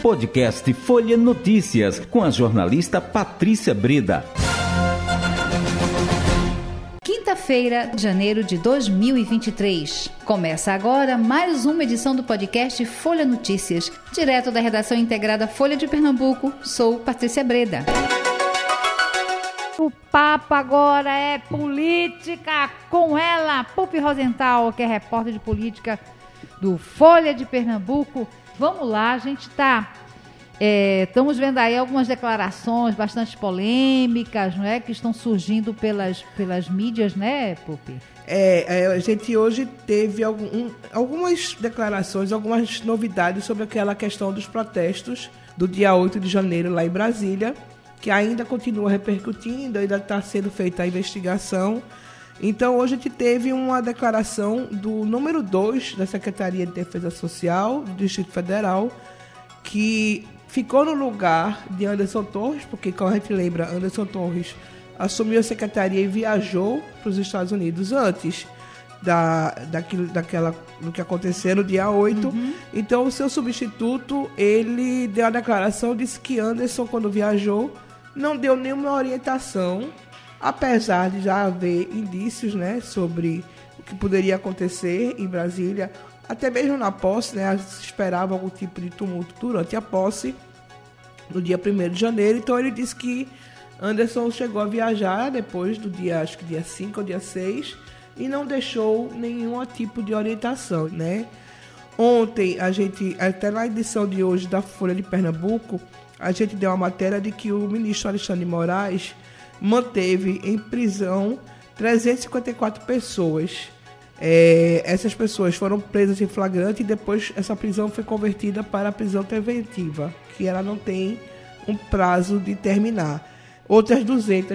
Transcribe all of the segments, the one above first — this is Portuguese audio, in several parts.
Podcast Folha Notícias, com a jornalista Patrícia Breda. Quinta-feira, janeiro de 2023. Começa agora mais uma edição do podcast Folha Notícias, direto da redação integrada Folha de Pernambuco. Sou Patrícia Breda. O papo agora é política, com ela, Pupi Rosenthal, que é repórter de política do Folha de Pernambuco. Vamos lá, a gente estamos vendo aí algumas declarações bastante polêmicas, não é, que estão surgindo pelas mídias, né, Pupi? A gente hoje teve algumas declarações, algumas novidades sobre aquela questão dos protestos do dia 8 de janeiro lá em Brasília, que ainda continua repercutindo, ainda está sendo feita a investigação. Então, hoje a gente teve uma declaração do número 2 da Secretaria de Defesa Social do Distrito Federal, que ficou no lugar de Anderson Torres, porque, como a gente lembra, Anderson Torres assumiu a secretaria e viajou para os Estados Unidos antes do que aconteceu no dia 8. Uhum. Então, o seu substituto, ele deu a declaração, disse que Anderson, quando viajou, não deu nenhuma orientação, apesar de já haver indícios, né, sobre o que poderia acontecer em Brasília, até mesmo na posse, né, se esperava algum tipo de tumulto durante a posse, no dia 1º de janeiro. Então ele disse que Anderson chegou a viajar depois do dia, acho que dia 5 ou dia 6, e não deixou nenhum tipo de orientação, né. Ontem, até na edição de hoje da Folha de Pernambuco, a gente deu uma matéria de que o ministro Alexandre de Moraes manteve em prisão 354 pessoas. Essas pessoas foram presas em flagrante e depois essa prisão foi convertida para a prisão preventiva, que ela não tem um prazo de terminar. Outras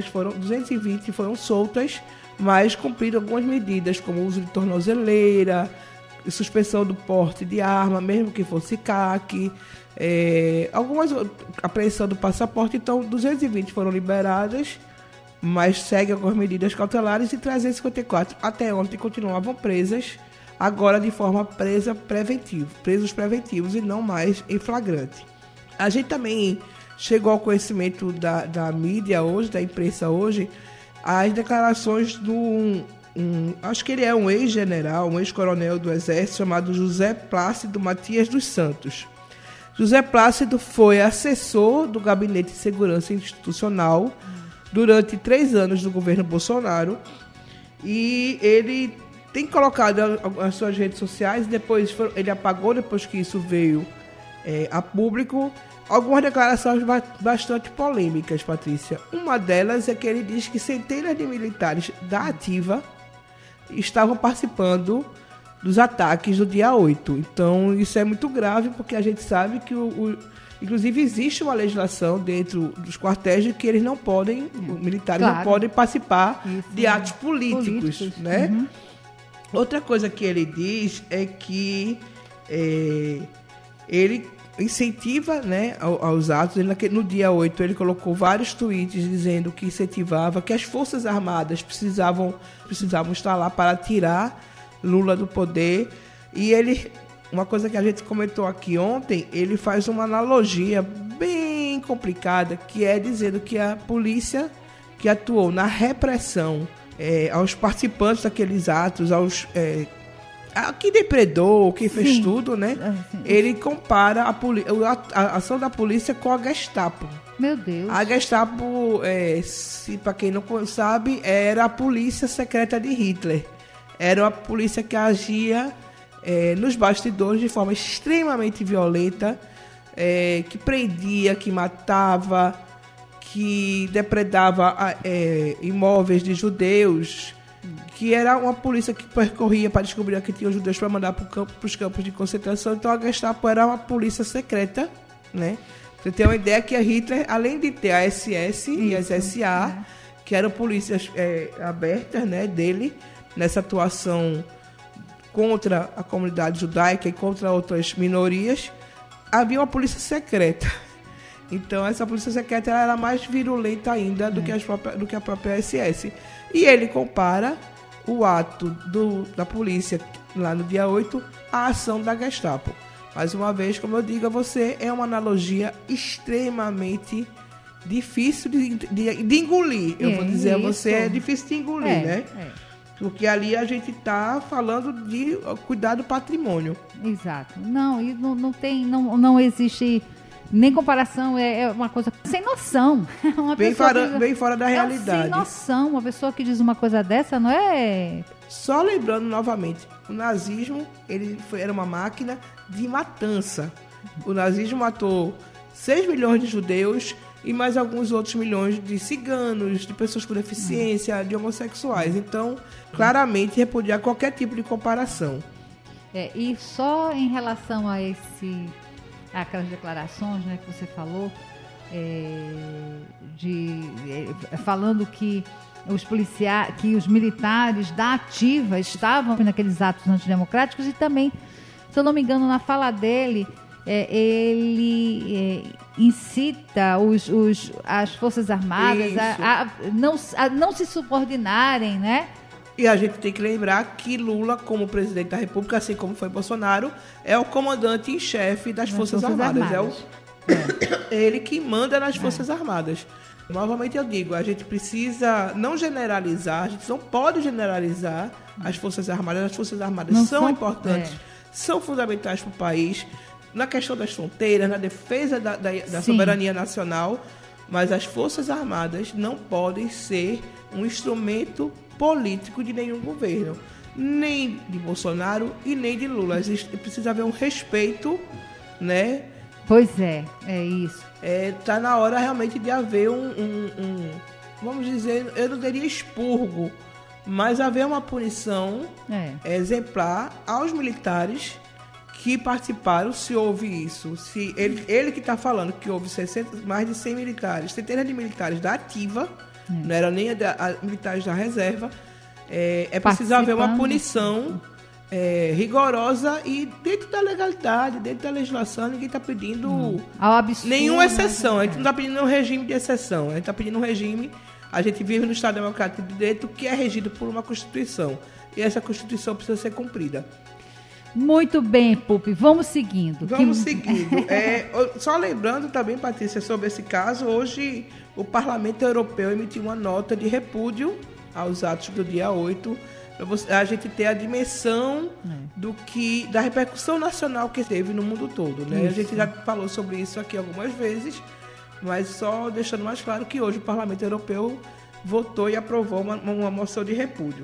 220 foram soltas, mas cumpriram algumas medidas, como o uso de tornozeleira, suspensão do porte de arma, mesmo que fosse CAC, algumas apreensão do passaporte. Então 220 foram liberadas, mas seguem algumas medidas cautelares, e 354 até ontem continuavam presas, agora de forma presos preventivos e não mais em flagrante. A gente também chegou ao conhecimento da mídia hoje, da imprensa hoje, as declarações acho que ele é um ex-general, um ex-coronel do Exército, chamado José Plácido Matias dos Santos. José Plácido foi assessor do Gabinete de Segurança Institucional durante 3 anos do governo Bolsonaro, e ele tem colocado as suas redes sociais, depois ele apagou depois que isso veio a público, algumas declarações bastante polêmicas, Patrícia. Uma delas é que ele diz que centenas de militares da ativa estavam participando dos ataques do dia 8. Então, isso é muito grave, porque a gente sabe que inclusive existe uma legislação dentro dos quartéis de que eles não podem, os militares não podem participar de atos políticos, né? Uhum. Outra coisa que ele diz é que ele incentiva, né, aos atos. No dia 8 ele colocou vários tweets dizendo que incentivava, que as Forças Armadas precisavam estar lá para tirar Lula do poder. E uma coisa que a gente comentou aqui ontem, ele faz uma analogia bem complicada, que é dizendo que a polícia que atuou na repressão aos participantes daqueles atos, quem depredou, quem fez tudo, né? Sim. Ele compara a ação da polícia com a Gestapo. Meu Deus. A Gestapo, para quem não sabe, era a polícia secreta de Hitler. Era uma polícia que agia nos bastidores de forma extremamente violenta, que prendia, que matava, que depredava imóveis de judeus, que era uma polícia que percorria para descobrir que tinha judeus para mandar para os campos de concentração. Então a Gestapo era uma polícia secreta, né? Você tem uma ideia que a Hitler, além de ter a SS e as SA, que eram polícias abertas, né, dele, nessa atuação contra a comunidade judaica e contra outras minorias, havia uma polícia secreta. Então essa polícia secreta era mais virulenta ainda do que a própria SS. E ele compara o ato da polícia lá no dia 8 à ação da Gestapo. Mais uma vez, como eu digo a você, é uma analogia extremamente difícil de engolir. Eu vou dizer a você, é difícil de engolir, né? Porque ali a gente está falando de cuidar do patrimônio. Exato. Não, e não existe nem comparação, é uma coisa sem noção. Bem fora da realidade. Sem noção, uma pessoa que diz uma coisa dessa, não é... Só lembrando novamente, o nazismo era uma máquina de matança. O nazismo matou 6 milhões de judeus e mais alguns outros milhões de ciganos, de pessoas com deficiência, de homossexuais. Então, claramente, repudiar qualquer tipo de comparação. E só em relação a aquelas declarações, né, que você falou, falando que os militares da ativa estavam naqueles atos antidemocráticos e também, se eu não me engano, na fala dele, ele incita as Forças Armadas a não se subordinarem, né? E a gente tem que lembrar que Lula, como presidente da República, assim como foi Bolsonaro, é o comandante em chefe das Forças Armadas. Ele que manda nas Forças Armadas. Novamente eu digo, a gente precisa não generalizar, a gente não pode generalizar as Forças Armadas. As Forças Armadas são importantes, são fundamentais para o país, na questão das fronteiras, na defesa da soberania nacional, mas as Forças Armadas não podem ser um instrumento político de nenhum governo, nem de Bolsonaro e nem de Lula. Precisa haver um respeito, né? Pois é isso. Tá na hora realmente de haver vamos dizer, eu não diria expurgo, mas haver uma punição exemplar aos militares que participaram, se houve isso. Se ele que está falando que houve mais de 100 militares, centenas de militares da ativa, não eram nem militares da reserva, preciso haver uma punição rigorosa e dentro da legalidade, dentro da legislação. Ninguém está pedindo nenhuma exceção. A gente não está pedindo um regime de exceção. A gente está pedindo um regime. A gente vive no Estado Democrático de Direito, que é regido por uma Constituição. E essa Constituição precisa ser cumprida. Muito bem, Pupi. Vamos seguindo. Seguindo. Só lembrando também, Patrícia, sobre esse caso, hoje o Parlamento Europeu emitiu uma nota de repúdio aos atos do dia 8, a gente ter a dimensão da repercussão nacional que teve no mundo todo, né? A gente já falou sobre isso aqui algumas vezes, mas só deixando mais claro que hoje o Parlamento Europeu votou e aprovou uma moção de repúdio.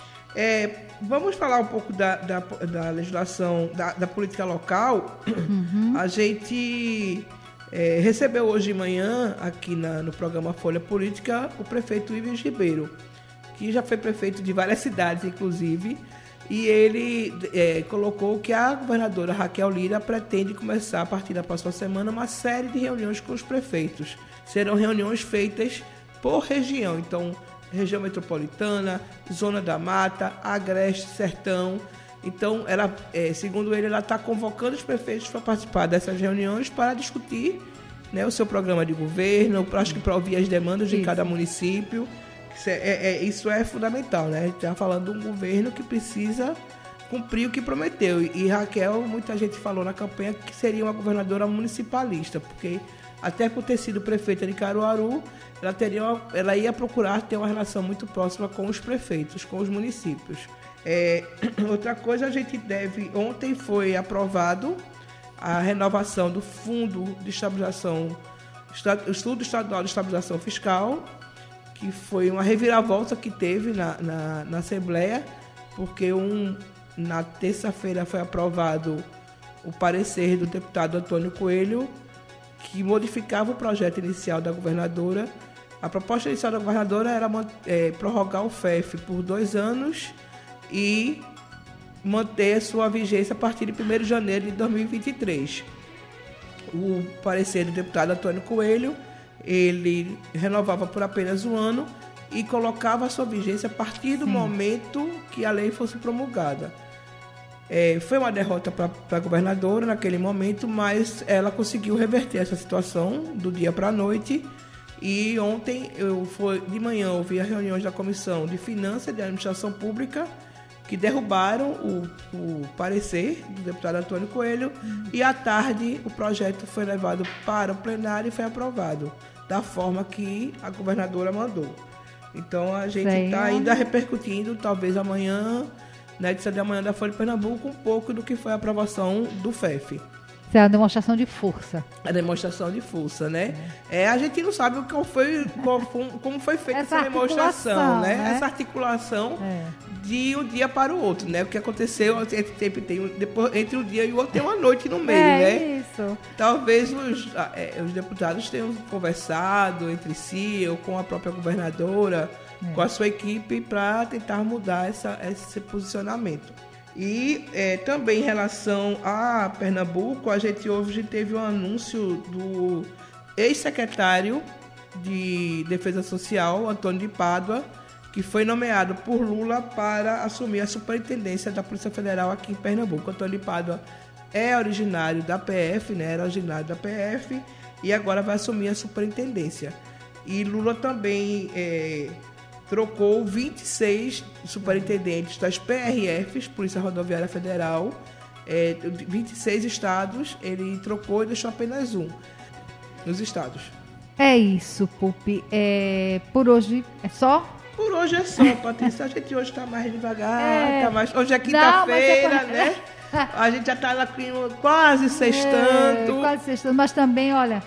Vamos falar um pouco da legislação, da política local. A gente recebeu hoje de manhã, aqui no programa Folha Política, o prefeito Ives Ribeiro, que já foi prefeito de várias cidades, inclusive, e ele colocou que a governadora Raquel Lira pretende começar, a partir da próxima semana, uma série de reuniões com os prefeitos. Serão reuniões feitas por região, então, região metropolitana, zona da mata, agreste, sertão. Então, segundo ele, ela está convocando os prefeitos para participar dessas reuniões para discutir, né, o seu programa de governo, acho que para ouvir as demandas de cada município. Isso é fundamental, né? A gente está falando de um governo que precisa cumprir o que prometeu. E Raquel, muita gente falou na campanha que seria uma governadora municipalista, porque até por ter sido prefeita de Caruaru, ela ia procurar ter uma relação muito próxima com os prefeitos, com os municípios. Outra coisa, ontem foi aprovado a renovação do Fundo de Estabilização, Estudo Estadual de Estabilização Fiscal, que foi uma reviravolta que teve na Assembleia, porque na terça-feira foi aprovado o parecer do deputado Antônio Coelho, que modificava o projeto inicial da governadora. A proposta inicial da governadora era prorrogar o FEF por 2 anos e manter sua vigência a partir de 1º de janeiro de 2023. O parecer do deputado Antônio Coelho, ele renovava por apenas 1 ano e colocava a sua vigência a partir do momento que a lei fosse promulgada. Foi uma derrota para a governadora naquele momento, mas ela conseguiu reverter essa situação do dia para a noite. E ontem, de manhã, eu vi as reuniões da Comissão de Finanças e de Administração Pública que derrubaram o parecer do deputado Antônio Coelho e à tarde o projeto foi levado para o plenário e foi aprovado da forma que a governadora mandou. Então a gente está ainda repercutindo, talvez amanhã, na edição de amanhã da Folha de Pernambuco, um pouco do que foi a aprovação do FEF. Isso é uma demonstração de força. A demonstração de força, né? A gente não sabe como foi feita essa demonstração, né? Essa articulação de um dia para o outro, né? O que aconteceu, entre um dia e o outro tem uma noite no meio, né? Isso. Talvez os deputados tenham conversado entre si ou com a própria governadora, com a sua equipe, para tentar mudar esse posicionamento. E também em relação a Pernambuco, a gente hoje teve um anúncio do ex-secretário de Defesa Social, Antônio de Pádua, que foi nomeado por Lula para assumir a superintendência da Polícia Federal aqui em Pernambuco. Antônio de Pádua é originário da PF, né? Era originário da PF e agora vai assumir a superintendência. E Lula também trocou 26 superintendentes das PRFs, Polícia Rodoviária Federal, 26 estados, ele trocou e deixou apenas um nos estados. É isso, Pupi. Por hoje é só? Por hoje é só, Patrícia. A gente hoje está mais devagar, hoje é quinta-feira, né? A gente já está lá quase sextando. Quase sextando, mas também, olha...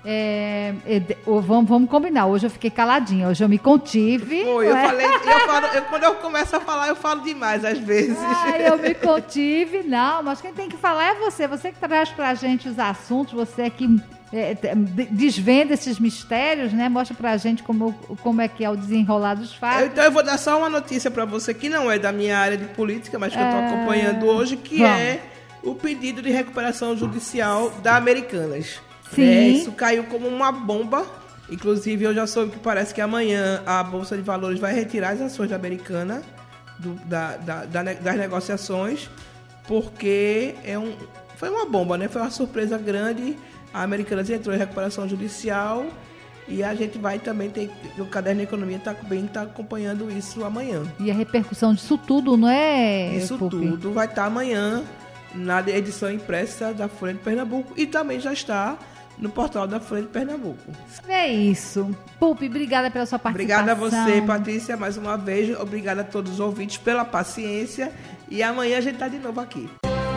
vamos combinar. Hoje eu fiquei caladinha, hoje eu me contive. Quando eu começo a falar, eu falo demais às vezes. Eu me contive, não, mas quem tem que falar é você. Você que traz pra gente os assuntos, você que desvenda esses mistérios, né? Mostra pra gente como é que é o desenrolar dos fatos. Então eu vou dar só uma notícia pra você que não é da minha área de política, mas que eu tô acompanhando hoje, que é o pedido de recuperação judicial da Americanas. Sim. Isso caiu como uma bomba. Inclusive, eu já soube que parece que amanhã a Bolsa de Valores vai retirar as ações da Americana das negociações, porque foi uma bomba, né? Foi uma surpresa grande. A Americanas entrou em recuperação judicial e a gente vai também ter... O Caderno de Economia está acompanhando isso amanhã. E a repercussão disso tudo, não é? Isso tudo vai estar amanhã na edição impressa da Folha de Pernambuco e também já está no portal da Folha de Pernambuco. É isso. Pupi, obrigada pela sua participação. Obrigada a você, Patrícia, mais uma vez. Obrigada a todos os ouvintes pela paciência. E amanhã a gente está de novo aqui.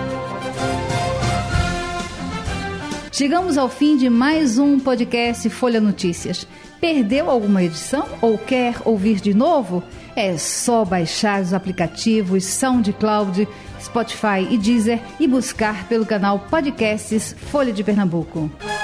Chegamos ao fim de mais um podcast Folha Notícias. Perdeu alguma edição ou quer ouvir de novo? É só baixar os aplicativos SoundCloud, Spotify e Deezer e buscar pelo canal Podcasts Folha de Pernambuco.